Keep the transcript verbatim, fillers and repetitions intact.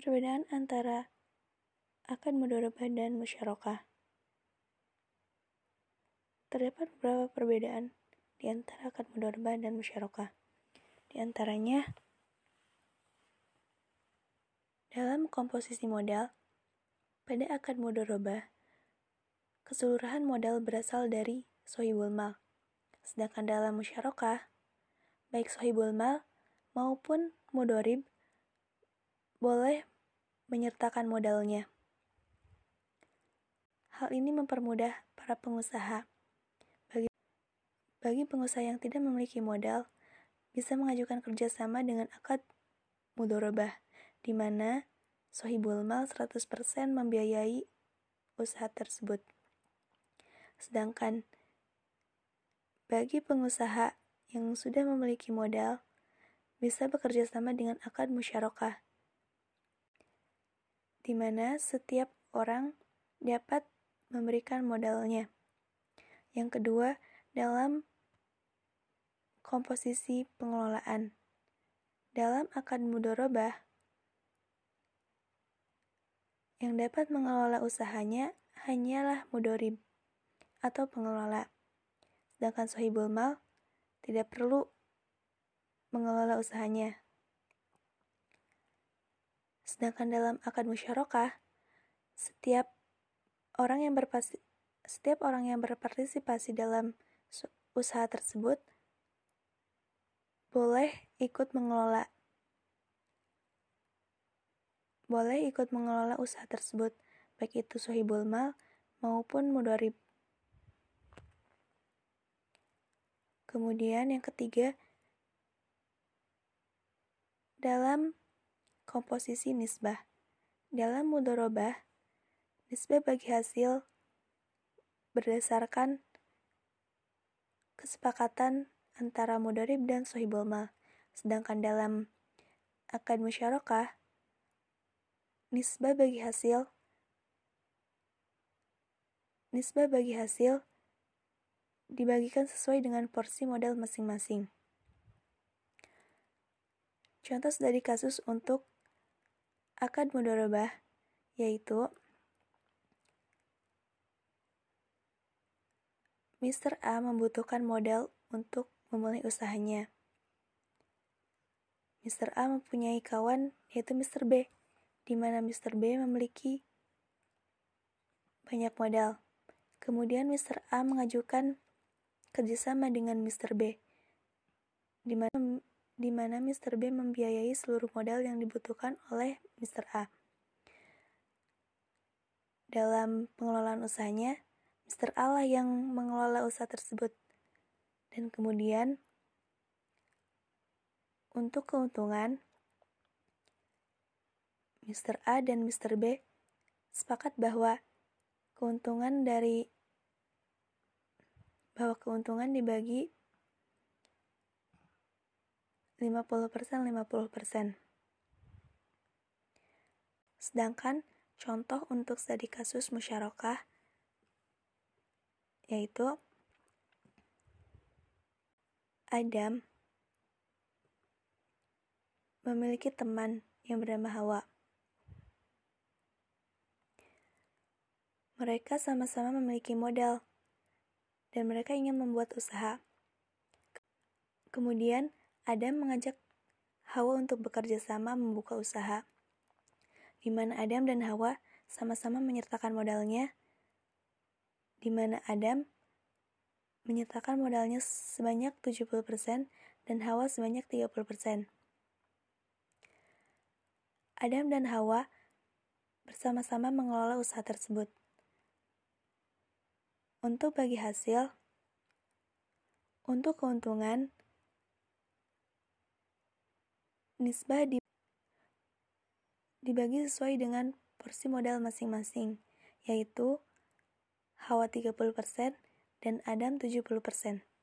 Perbedaan antara akad mudharabah dan musyarakah. Terdapat beberapa perbedaan di antara akad mudharabah dan musyarakah. Di antaranya, dalam komposisi modal, pada akad mudharabah, keseluruhan modal berasal dari shahibul mal. Sedangkan dalam musyarakah, baik shahibul mal maupun mudharib boleh menyertakan modalnya. Hal ini mempermudah para pengusaha. Bagi, bagi pengusaha yang tidak memiliki modal, bisa mengajukan kerjasama dengan akad mudharabah, di mana shahibul mal seratus persen membiayai usaha tersebut. Sedangkan bagi pengusaha yang sudah memiliki modal, bisa bekerja sama dengan akad musyarakah, di mana setiap orang dapat memberikan modalnya. Yang kedua, dalam komposisi pengelolaan. Dalam akad mudharabah, yang dapat mengelola usahanya hanyalah mudharib atau pengelola. Sedangkan shahibul mal tidak perlu mengelola usahanya. Sedangkan dalam akad musyarakah, setiap orang yang berpasi, setiap orang yang berpartisipasi dalam usaha tersebut boleh ikut mengelola boleh ikut mengelola usaha tersebut, baik itu shahibul mal maupun mudharib. Kemudian yang ketiga, dalam komposisi nisbah. Dalam mudharabah, nisbah bagi hasil berdasarkan kesepakatan antara mudharib dan shahibul mal. Sedangkan dalam akad musyarakah, nisbah bagi hasil nisbah bagi hasil dibagikan sesuai dengan porsi modal masing-masing. Contoh dari kasus untuk akad mudharabah yaitu mister A membutuhkan modal untuk memulai usahanya. mister A mempunyai kawan yaitu mister B, di mana mister B memiliki banyak modal. Kemudian mister A mengajukan kerjasama dengan mister B, di mana di mana mister B membiayai seluruh modal yang dibutuhkan oleh mister A. Dalam pengelolaan usahanya, mister A lah yang mengelola usaha tersebut. Dan kemudian, untuk keuntungan, mister A dan mister B sepakat bahwa keuntungan dari bahwa keuntungan dibagi lima puluh persen lima puluh persen. Sedangkan contoh untuk studi kasus musyarakah yaitu Adam memiliki teman yang bernama Hawa. Mereka sama-sama memiliki modal dan mereka ingin membuat usaha. Kemudian Adam mengajak Hawa untuk bekerja sama membuka usaha, di mana Adam dan Hawa sama-sama menyertakan modalnya, di mana Adam menyertakan modalnya sebanyak tujuh puluh persen dan Hawa sebanyak tiga puluh persen. Adam dan Hawa bersama-sama mengelola usaha tersebut. Untuk bagi hasil, untuk keuntungan, nisbah di, dibagi sesuai dengan porsi modal masing-masing, yaitu Hawa tiga puluh persen dan Adam tujuh puluh persen.